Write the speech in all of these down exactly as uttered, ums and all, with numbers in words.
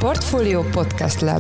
Portfolio Podcast Lab.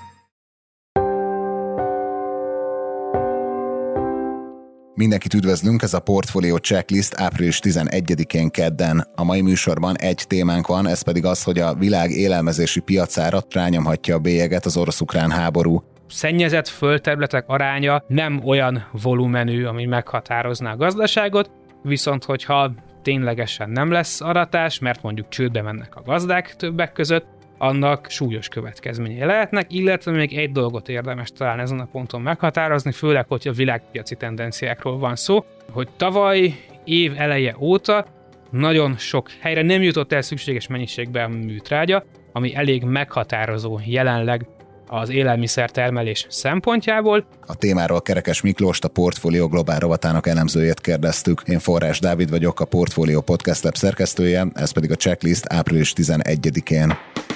Mindenkit üdvözlünk, ez a Portfolio Checklist április tizenegyedikén kedden. A mai műsorban egy témánk van, ez pedig az, hogy a világ élelmezési piacára rányomhatja a bélyeget az orosz-ukrán háború. Szennyezett földterületek aránya nem olyan volumenű, ami meghatározná a gazdaságot, viszont hogyha ténylegesen nem lesz aratás, mert mondjuk csődbe mennek a gazdák többek között, annak súlyos következményei lehetnek, illetve még egy dolgot érdemes talán ezen a ponton meghatározni, főleg, hogy a világpiaci tendenciákról van szó, hogy tavaly év eleje óta nagyon sok helyre nem jutott el szükséges mennyiségben műtrágya, ami elég meghatározó jelenleg az élelmiszertermelés szempontjából. A témáról Kerekes Miklóst, a Portfolio Globál rovatának elemzőjét kérdeztük. Én Forrás Dávid vagyok, a Portfolio Podcast Lab szerkesztője, ez pedig a checklist április tizenegyedikén.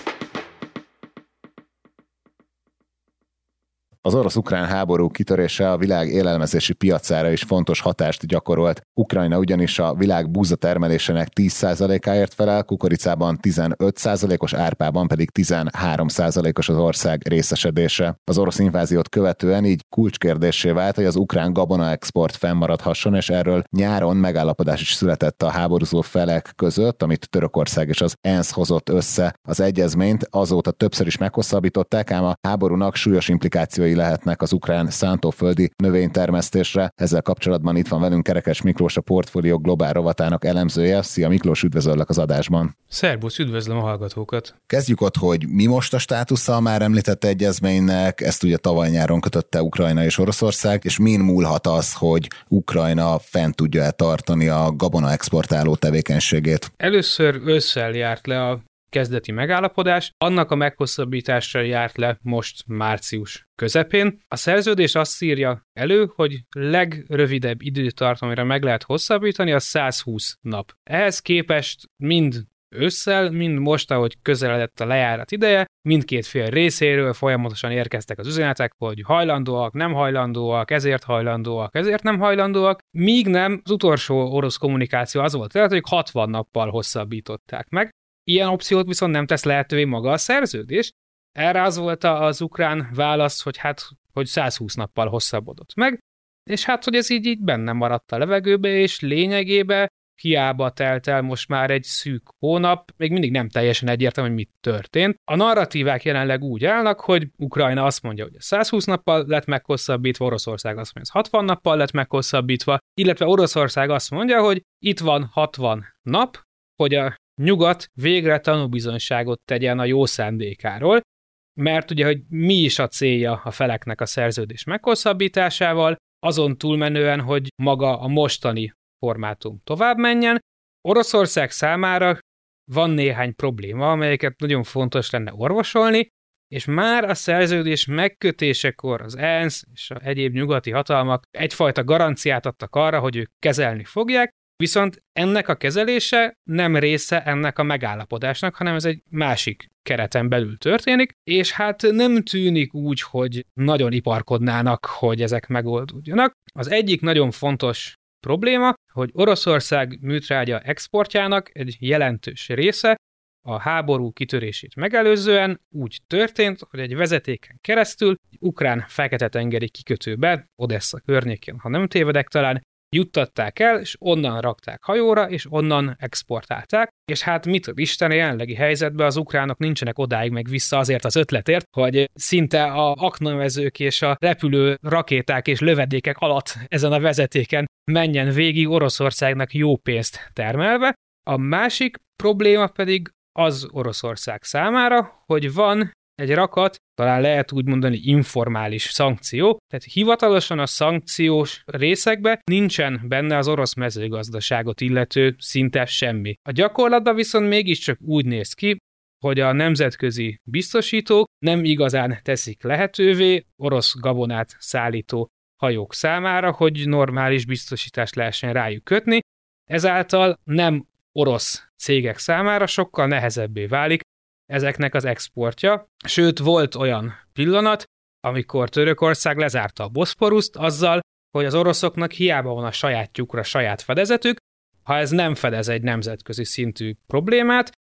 Az orosz-ukrán háború kitörése a világ élelmezési piacára is fontos hatást gyakorolt. Ukrajna ugyanis a világ búza termelésének tíz százalékáért felel, kukoricában tizenöt százalékos, árpában pedig tizenhárom százalékos az ország részesedése. Az orosz inváziót követően így kulcskérdéssé vált, hogy az ukrán gabonaexport fennmaradhasson, és erről nyáron megállapodás is született a háborúzó felek között, amit Törökország és az ENSZ hozott össze. Az egyezményt azóta többször is meghosszabbították, ám a háborúnak súlyos implikációi lehetnek az ukrán szántóföldi növénytermesztésre. Ezzel kapcsolatban itt van velünk Kerekes Miklós, a Portfolio Globál rovatának elemzője. Szia Miklós, üdvözöllek az adásban. Szerbusz, üdvözlöm a hallgatókat. Kezdjük ott, hogy mi most a státusza a már említett egyezménynek, ezt ugye tavaly nyáron kötötte Ukrajna és Oroszország, és min múlhat az, hogy Ukrajna fent tudja tartani a gabona exportáló tevékenységét? Először ősszel járt le a kezdeti megállapodás, annak a meghosszabbításra járt le most március közepén. A szerződés azt írja elő, hogy legrövidebb időtartamra meg lehet hosszabbítani, az száz húsz nap. Ehhez képest mind ősszel, mind most, ahogy közeledett a lejárat ideje, mindkét fél részéről folyamatosan érkeztek az üzenetek, hogy hajlandóak, nem hajlandóak, ezért hajlandóak, ezért nem hajlandóak, míg nem az utolsó orosz kommunikáció az volt, tehát, hogy hatvan nappal hosszabbították meg. Ilyen opciót viszont nem tesz lehetővé maga a szerződés. Erre az volt az ukrán válasz, hogy hát, hogy száz húsz nappal hosszabbodott meg, és hát, hogy ez így, így benne maradt a levegőbe, és lényegében hiába telt el most már egy szűk hónap, még mindig nem teljesen egyértelmű, hogy mit történt. A narratívák jelenleg úgy állnak, hogy Ukrajna azt mondja, hogy száz húsz nappal lett meghosszabbítva, Oroszország azt mondja, hogy hatvan nappal lett meghosszabbítva, illetve Oroszország azt mondja, hogy itt van hatvan nap, hogy a nyugat végre tanúbizonyságot tegyen a jó szándékáról, mert ugye, hogy mi is a célja a feleknek a szerződés meghosszabbításával, azon túlmenően, hogy maga a mostani formátum tovább menjen. Oroszország számára van néhány probléma, amelyeket nagyon fontos lenne orvosolni, és már a szerződés megkötésekor az ENSZ és az egyéb nyugati hatalmak egyfajta garanciát adtak arra, hogy ők kezelni fogják, viszont ennek a kezelése nem része ennek a megállapodásnak, hanem ez egy másik kereten belül történik, és hát nem tűnik úgy, hogy nagyon iparkodnának, hogy ezek megoldódjanak. Az egyik nagyon fontos probléma, hogy Oroszország műtrágya exportjának egy jelentős része a háború kitörését megelőzően úgy történt, hogy egy vezetéken keresztül egy ukrán Fekete-tengeri kikötőbe, Odessa környékén, ha nem tévedek talán, juttatták el, és onnan rakták hajóra, és onnan exportálták, és hát mit tud Isten, a jelenlegi helyzetben az ukránok nincsenek odáig meg vissza azért az ötletért, hogy szinte a aknavezők és a repülő rakéták és lövedékek alatt ezen a vezetéken menjen végig Oroszországnak jó pénzt termelve. A másik probléma pedig az Oroszország számára, hogy van egy rakat, talán lehet úgy mondani informális szankció, tehát hivatalosan a szankciós részekben nincsen benne az orosz mezőgazdaságot illető szinte semmi. A gyakorlatban viszont mégiscsak úgy néz ki, hogy a nemzetközi biztosítók nem igazán teszik lehetővé orosz gabonát szállító hajók számára, hogy normális biztosítást lehessen rájuk kötni, ezáltal nem orosz cégek számára sokkal nehezebbé válik ezeknek az exportja. Sőt, volt olyan pillanat, amikor Törökország lezárta a Boszporuszt azzal, hogy az oroszoknak hiába van a sajátjukra saját fedezetük, ha ez nem fedez egy nemzetközi szintű problémát,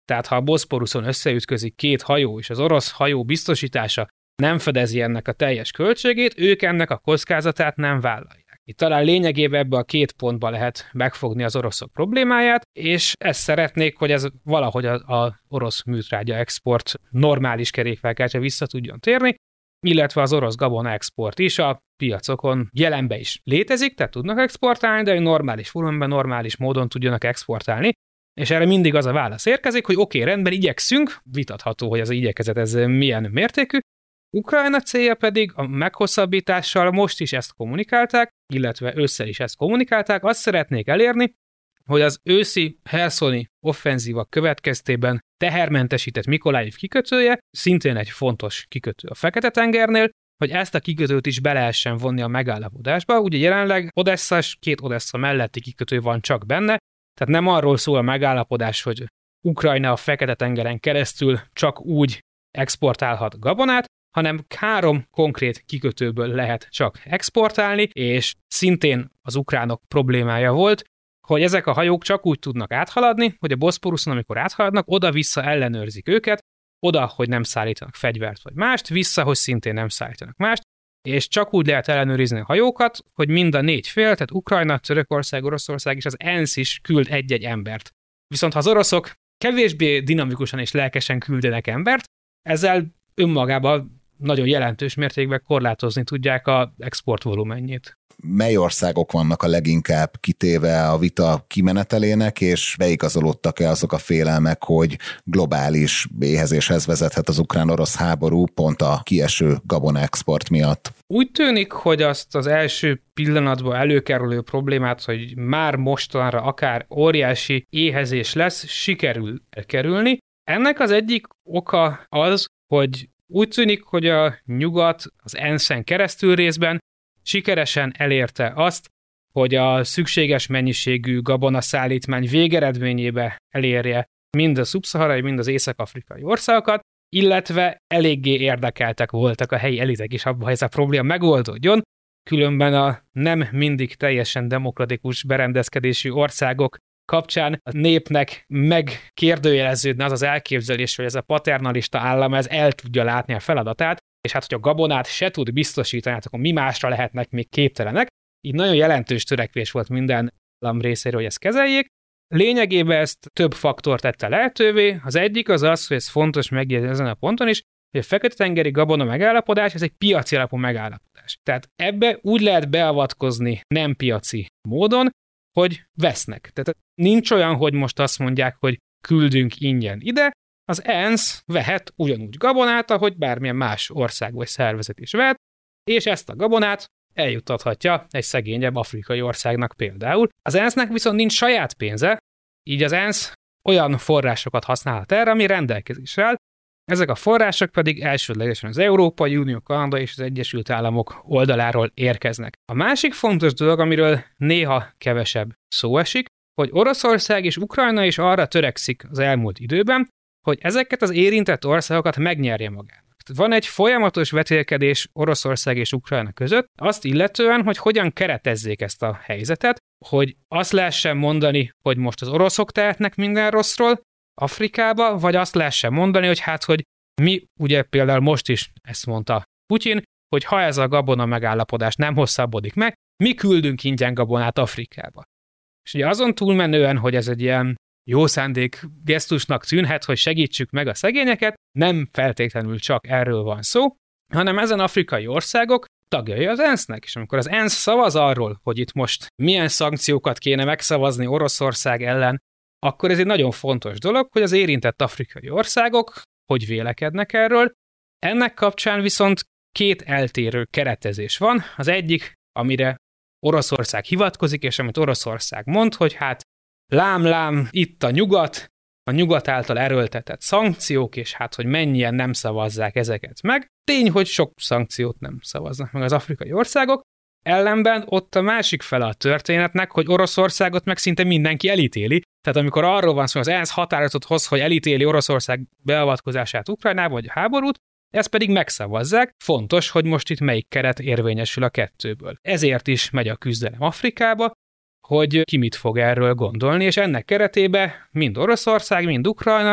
Tehát ha a Boszporuszon összeütközik két hajó, és az orosz hajó biztosítása nem fedezi ennek a teljes költségét, ők ennek a kockázatát nem vállalják. Itt talán lényegében ebbe a két pontba lehet megfogni az oroszok problémáját, és ezt szeretnék, hogy ez valahogy az orosz műtrágya export normális kerékvágásra vissza tudjon térni, illetve az orosz gabona export is a piacokon jelenben is létezik, tehát tudnak exportálni, de normális volumenben, normális módon tudjanak exportálni, és erre mindig az a válasz érkezik, hogy oké, okay, rendben, igyekszünk, vitatható, hogy az igyekezet ez milyen mértékű. Ukrajna célja pedig a meghosszabbítással most is ezt kommunikálták, illetve ősszel is ezt kommunikálták, azt szeretnék elérni, hogy az őszi herszoni offenzíva következtében tehermentesített Mikolájiv kikötője, szintén egy fontos kikötő a Fekete-tengernél, hogy ezt a kikötőt is be lehessen vonni a megállapodásba. Ugye jelenleg Odessa, két Odessa melletti kikötő van csak benne, tehát nem arról szól a megállapodás, hogy Ukrajna a Fekete-tengeren keresztül csak úgy exportálhat gabonát, hanem három konkrét kikötőből lehet csak exportálni, és szintén az ukránok problémája volt, hogy ezek a hajók csak úgy tudnak áthaladni, hogy a Boszporuszon, amikor áthaladnak, oda-vissza ellenőrzik őket, oda, hogy nem szállítanak fegyvert vagy mást, vissza, hogy szintén nem szállítanak mást, és csak úgy lehet ellenőrizni a hajókat, hogy mind a négy fél, tehát Ukrajna, Törökország, Oroszország és az ENSZ is küld egy-egy embert. Viszont ha az oroszok kevésbé dinamikusan és lelkesen küldenek embert, ezzel önmagában nagyon jelentős mértékben korlátozni tudják az export volumenjét. Mely országok vannak a leginkább kitéve a vita kimenetelének, és beigazolódtak-e azok a félelmek, hogy globális éhezéshez vezethet az ukrán-orosz háború pont a kieső gabona export miatt? Úgy tűnik, hogy azt az első pillanatban előkerülő problémát, hogy már mostanra akár óriási éhezés lesz, sikerül elkerülni. Ennek az egyik oka az, hogy úgy tűnik, hogy a nyugat az ENSZ-en keresztül részben sikeresen elérte azt, hogy a szükséges mennyiségű gabonaszállítmány végeredményébe elérje mind a szubszaharai, mind az észak-afrikai országokat, illetve eléggé érdekeltek voltak a helyi elitek is abban, hogy ez a probléma megoldódjon, különben a nem mindig teljesen demokratikus berendezkedésű országok kapcsán a népnek megkérdőjeleződne az az elképzelés, hogy ez a paternalista állam ez el tudja látni a feladatát, és hát, hogy a gabonát se tud biztosítani, hát akkor mi másra lehetnek még képtelenek. Így nagyon jelentős törekvés volt minden állam részéről, hogy ezt kezeljék. Lényegében ezt több faktor tette lehetővé. Az egyik az az, hogy ez fontos megjegyezni ezen a ponton is, hogy a Fekete-tengeri gabona megállapodás, ez egy piaci alapú megállapodás. Tehát ebbe úgy lehet beavatkozni nem piaci módon, hogy vesznek. Tehát nincs olyan, hogy most azt mondják, hogy küldünk ingyen ide, az ENSZ vehet ugyanúgy gabonát, ahogy bármilyen más ország vagy szervezet is vehet, és ezt a gabonát eljuttathatja egy szegényebb afrikai országnak például. Az ENSZ-nek viszont nincs saját pénze, így az ENSZ olyan forrásokat használhat erre, ami rendelkezésre áll. Ezek a források pedig elsődlegesen az Európai Unió, Kanada és az Egyesült Államok oldaláról érkeznek. A másik fontos dolog, amiről néha kevesebb szó esik, hogy Oroszország és Ukrajna is arra törekszik az elmúlt időben, hogy ezeket az érintett országokat megnyerje magának. Van egy folyamatos vetélkedés Oroszország és Ukrajna között, azt illetően, hogy hogyan keretezzék ezt a helyzetet, hogy azt lehessen mondani, hogy most az oroszok tehetnek minden rosszról Afrikába, vagy azt lehessen mondani, hogy hát, hogy mi ugye például most is ezt mondta Putyin, hogy ha ez a gabona megállapodás nem hosszabbodik meg, mi küldünk ingyen gabonát Afrikába. És ugye azon túlmenően, hogy ez egy ilyen jó szándék gesztusnak tűnhet, hogy segítsük meg a szegényeket, nem feltétlenül csak erről van szó, hanem ezen afrikai országok tagjai az ENSZ-nek, és amikor az ENSZ szavaz arról, hogy itt most milyen szankciókat kéne megszavazni Oroszország ellen, akkor ez egy nagyon fontos dolog, hogy az érintett afrikai országok hogy vélekednek erről. Ennek kapcsán viszont két eltérő keretezés van. Az egyik, amire Oroszország hivatkozik, és amit Oroszország mond, hogy hát lám-lám, itt a nyugat, a nyugat által erőltetett szankciók, és hát, hogy mennyien nem szavazzák ezeket meg. Tény, hogy sok szankciót nem szavaznak meg az afrikai országok, ellenben ott a másik fele a történetnek, hogy Oroszországot meg szinte mindenki elítéli. Tehát amikor arról van szó, hogy az ENSZ határozatot hoz, hogy elítéli Oroszország beavatkozását Ukrajnába, vagy a háborút, ezt pedig megszavazzák. Fontos, hogy most itt melyik keret érvényesül a kettőből. Ezért is megy a küzdelem Afrikába, hogy ki mit fog erről gondolni, és ennek keretében mind Oroszország, mind Ukrajna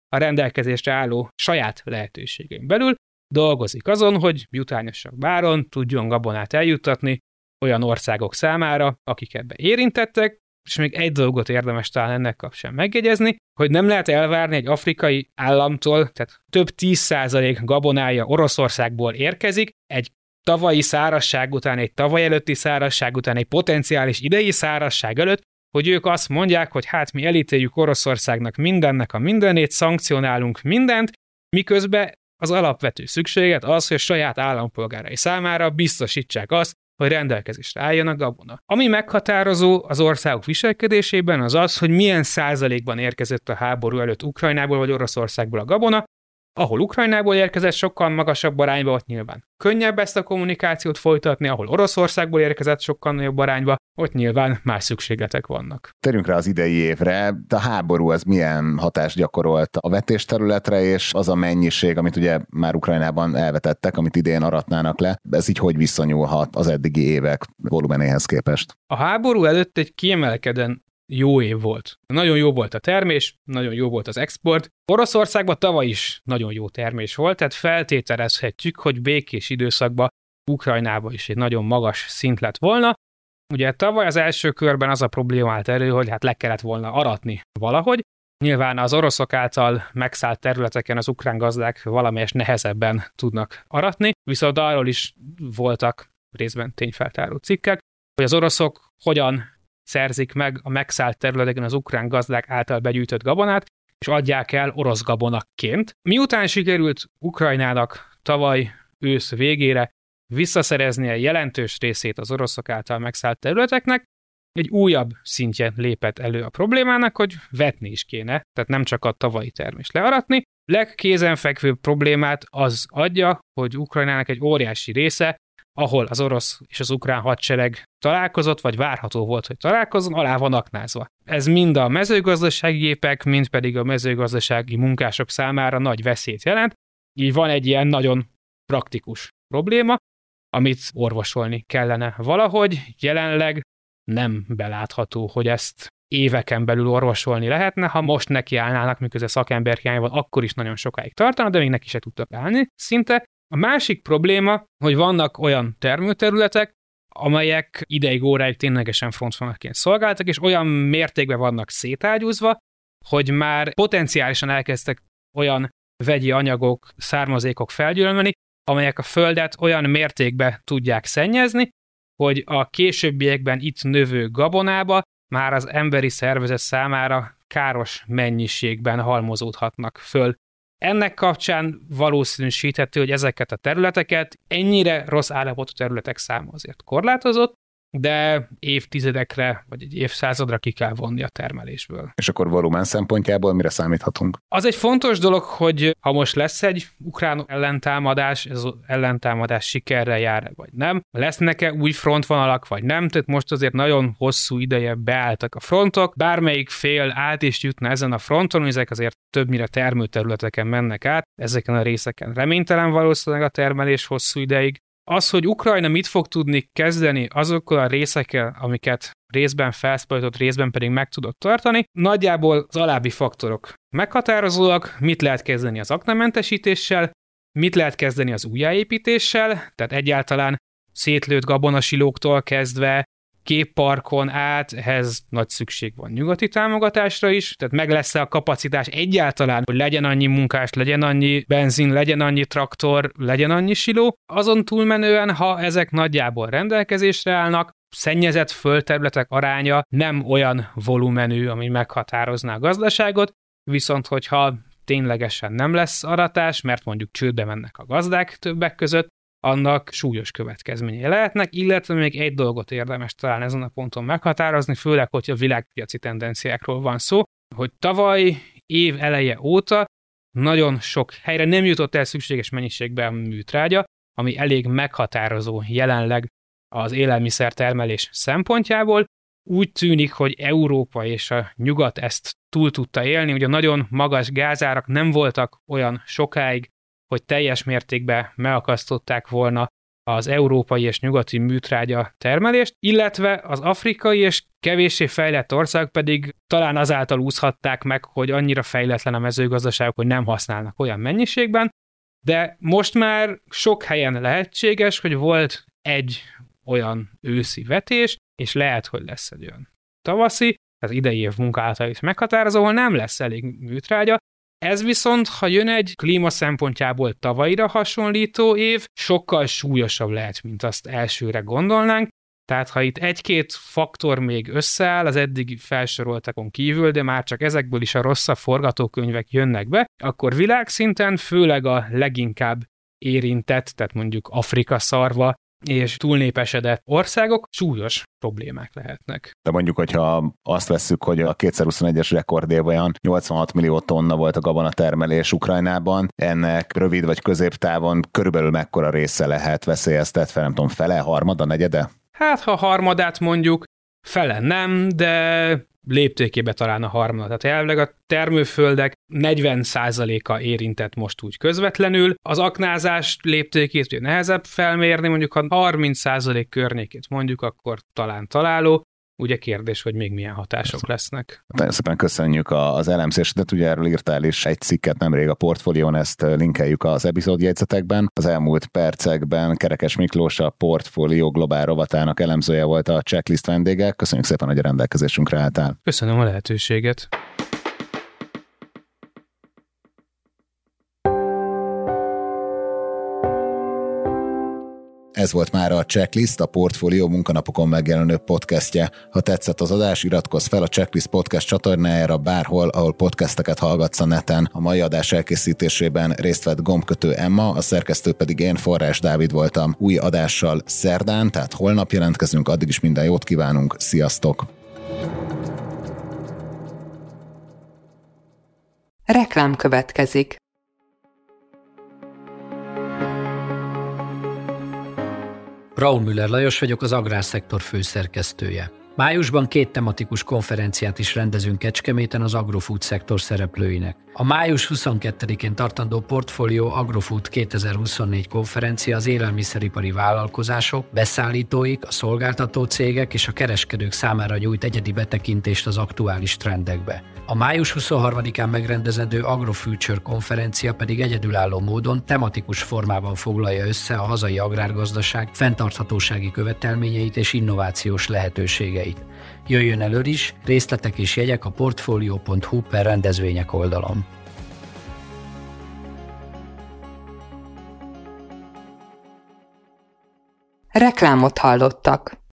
a rendelkezésre álló saját lehetőségein belül dolgozik azon, hogy jutányosabb áron tudjon gabonát eljuttatni olyan országok számára, akik ebbe érintettek, és még egy dolgot érdemes talán ennek kapcsán megjegyezni, hogy nem lehet elvárni egy afrikai államtól, tehát több tíz százalék gabonája Oroszországból érkezik, egy tavalyi szárazság után, egy tavaly előtti szárazság után, egy potenciális idei szárazság előtt, hogy ők azt mondják, hogy hát mi elítéljük Oroszországnak mindennek a mindenét, szankcionálunk mindent, miközben az alapvető szükséget az, hogy a saját állampolgárai számára biztosítsák azt, hogy rendelkezésre álljon a gabona. Ami meghatározó az országok viselkedésében az az, hogy milyen százalékban érkezett a háború előtt Ukrajnából vagy Oroszországból a gabona. Ahol Ukrajnából érkezett, sokkal magasabb arányba, ott nyilván könnyebb ezt a kommunikációt folytatni, ahol Oroszországból érkezett, sokkal nagyobb arányba, ott nyilván más szükségletek vannak. Térjünk rá az idei évre. A háború az milyen hatást gyakorolt a vetésterületre, és az a mennyiség, amit ugye már Ukrajnában elvetettek, amit idén aratnának le, ez így hogy viszonyulhat az eddigi évek volumenéhez képest? A háború előtt egy kiemelkedően jó év volt. Nagyon jó volt a termés, nagyon jó volt az export. Oroszországban tavaly is nagyon jó termés volt, tehát feltételezhetjük, hogy békés időszakban Ukrajnában is egy nagyon magas szint lett volna. Ugye tavaly az első körben az a probléma állt elő, hogy hát le kellett volna aratni valahogy. Nyilván az oroszok által megszállt területeken az ukrán gazdák valamelyes nehezebben tudnak aratni, viszont arról is voltak részben tényfeltáró cikkek, hogy az oroszok hogyan szerzik meg a megszállt területeken az ukrán gazdák által begyűjtött gabonát, és adják el orosz gabonaként. Miután sikerült Ukrajnának tavaly ősz végére visszaszereznie jelentős részét az oroszok által megszállt területeknek, egy újabb szintje lépett elő a problémának, hogy vetni is kéne, tehát nem csak a tavalyi termést learatni. Legkézenfekvőbb problémát az adja, hogy Ukrajnának egy óriási része, ahol az orosz és az ukrán hadsereg találkozott, vagy várható volt, hogy találkozzon, alá van aknázva. Ez mind a mezőgazdasági gépek, mind pedig a mezőgazdasági munkások számára nagy veszélyt jelent. Így van egy ilyen nagyon praktikus probléma, amit orvosolni kellene valahogy. Jelenleg nem belátható, hogy ezt éveken belül orvosolni lehetne. Ha most nekiállnának, miközben szakember hiány van, akkor is nagyon sokáig tartana, de még neki se tudtak állni szinte. A másik probléma, hogy vannak olyan termőterületek, amelyek ideig óráig ténylegesen frontvonalként szolgáltak, és olyan mértékben vannak szétágyúzva, hogy már potenciálisan elkezdtek olyan vegyi anyagok, származékok felgyűlölni, amelyek a földet olyan mértékben tudják szennyezni, hogy a későbbiekben itt növő gabonába már az emberi szervezet számára káros mennyiségben halmozódhatnak föl. Ennek kapcsán valószínűsíthető, hogy ezeket a területeket ennyire rossz állapotú területek száma azért korlátozott, de évtizedekre vagy egy évszázadra ki kell vonni a termelésből. És akkor volumen szempontjából mire számíthatunk? Az egy fontos dolog, hogy ha most lesz egy ukrán ellentámadás, ez az ellentámadás sikerrel jár vagy nem, lesznek-e új frontvonalak vagy nem, tehát most azért nagyon hosszú ideje beálltak a frontok, bármelyik fél át is jutna ezen a fronton, ezek azért többnyire termőterületeken mennek át, ezeken a részeken reménytelen valószínűleg a termelés hosszú ideig. Az, hogy Ukrajna mit fog tudni kezdeni azokkal a részekkel, amiket részben felszabadított, részben pedig meg tudott tartani, nagyjából az alábbi faktorok meghatározóak, mit lehet kezdeni az aknamentesítéssel, mit lehet kezdeni az újjáépítéssel, tehát egyáltalán szétlőtt gabonasilóktól kezdve, képparkon át, ehhez nagy szükség van nyugati támogatásra is, tehát meg lesz-e a kapacitás egyáltalán, hogy legyen annyi munkás, legyen annyi benzin, legyen annyi traktor, legyen annyi siló. Azon túlmenően, ha ezek nagyjából rendelkezésre állnak, szennyezett földterületek aránya nem olyan volumenű, ami meghatározná a gazdaságot, viszont hogyha ténylegesen nem lesz aratás, mert mondjuk csődbe mennek a gazdák többek között, annak súlyos következményei lehetnek, illetve még egy dolgot érdemes talán ezen a ponton meghatározni, főleg, hogyha világpiaci tendenciákról van szó, hogy tavaly év eleje óta nagyon sok helyre nem jutott el szükséges mennyiségben műtrágya, ami elég meghatározó jelenleg az élelmiszertermelés szempontjából. Úgy tűnik, hogy Európa és a nyugat ezt túl tudta élni, ugye nagyon magas gázárak nem voltak olyan sokáig, hogy teljes mértékben megakasztották volna az európai és nyugati műtrágya termelést, illetve az afrikai és kevéssé fejlett országok pedig talán azáltal úszhatták meg, hogy annyira fejletlen a mezőgazdaság, hogy nem használnak olyan mennyiségben, de most már sok helyen lehetséges, hogy volt egy olyan őszi vetés, és lehet, hogy lesz egy olyan tavaszi, az idei év munkálatait meghatározó, ahol nem lesz elég műtrágya. Ez viszont, ha jön egy klíma szempontjából tavalyra hasonlító év, sokkal súlyosabb lehet, mint azt elsőre gondolnánk. Tehát ha itt egy-két faktor még összeáll az eddigi felsoroltakon kívül, de már csak ezekből is a rosszabb forgatókönyvek jönnek be, akkor világszinten főleg a leginkább érintett, tehát mondjuk Afrika szarva és túlnépesedett országok súlyos problémák lehetnek. De mondjuk, hogyha azt vesszük, hogy a kétezer-huszonegyes rekordév olyan nyolcvanhat millió tonna volt a gabonatermelés Ukrajnában, ennek rövid vagy középtávon körülbelül mekkora része lehet veszélyeztetve, nem tudom, fele, harmada, negyede? Hát, ha harmadát mondjuk, fele nem, de léptékében talán a harmada. Tehát elvileg a termőföldek negyven százaléka érintett most úgy közvetlenül. Az aknázás léptékét ugye nehezebb felmérni, mondjuk ha harminc százalék környékét mondjuk, akkor talán találó. Ugye kérdés, hogy még milyen hatások lesznek. Nagyon szépen köszönjük az elemzésedet, ugye erről írtál is egy cikket nemrég a Portfólión, ezt linkeljük az epizódjegyzetekben. Az elmúlt percekben Kerekes Miklós, a Portfólió globál rovatának elemzője volt a Checklist vendége. Köszönjük szépen, hogy a rendelkezésünkre álltál. Köszönöm a lehetőséget. Ez volt már a Checklist, a Portfólió munkanapokon megjelenő podcastje. Ha tetszett az adás, iratkozz fel a Checklist podcast csatornájára bárhol, ahol podcasteket hallgatsz a neten. A mai adás elkészítésében részt vett gombkötő Emma, a szerkesztő pedig én, Forrás Dávid voltam. Új adással szerdán, tehát holnap jelentkezünk, addig is minden jót kívánunk, sziasztok! Reklám következik. Braunmüller Lajos vagyok, az Agrárszektor főszerkesztője. Májusban két tematikus konferenciát is rendezünk Kecskeméten az agrofood szektor szereplőinek. A május huszonkettedikén tartandó Portfólió Agrofood kétezer-huszonnégy konferencia az élelmiszeripari vállalkozások, beszállítóik, a szolgáltató cégek és a kereskedők számára nyújt egyedi betekintést az aktuális trendekbe. A május huszonharmadikán megrendezendő Agrofuture konferencia pedig egyedülálló módon tematikus formában foglalja össze a hazai agrárgazdaság fenntarthatósági követelményeit és innovációs lehetőségeit. Jöjjön elő is, részletek és jegyek a portfolio pont hu per rendezvények oldalon. Reklámot hallottak.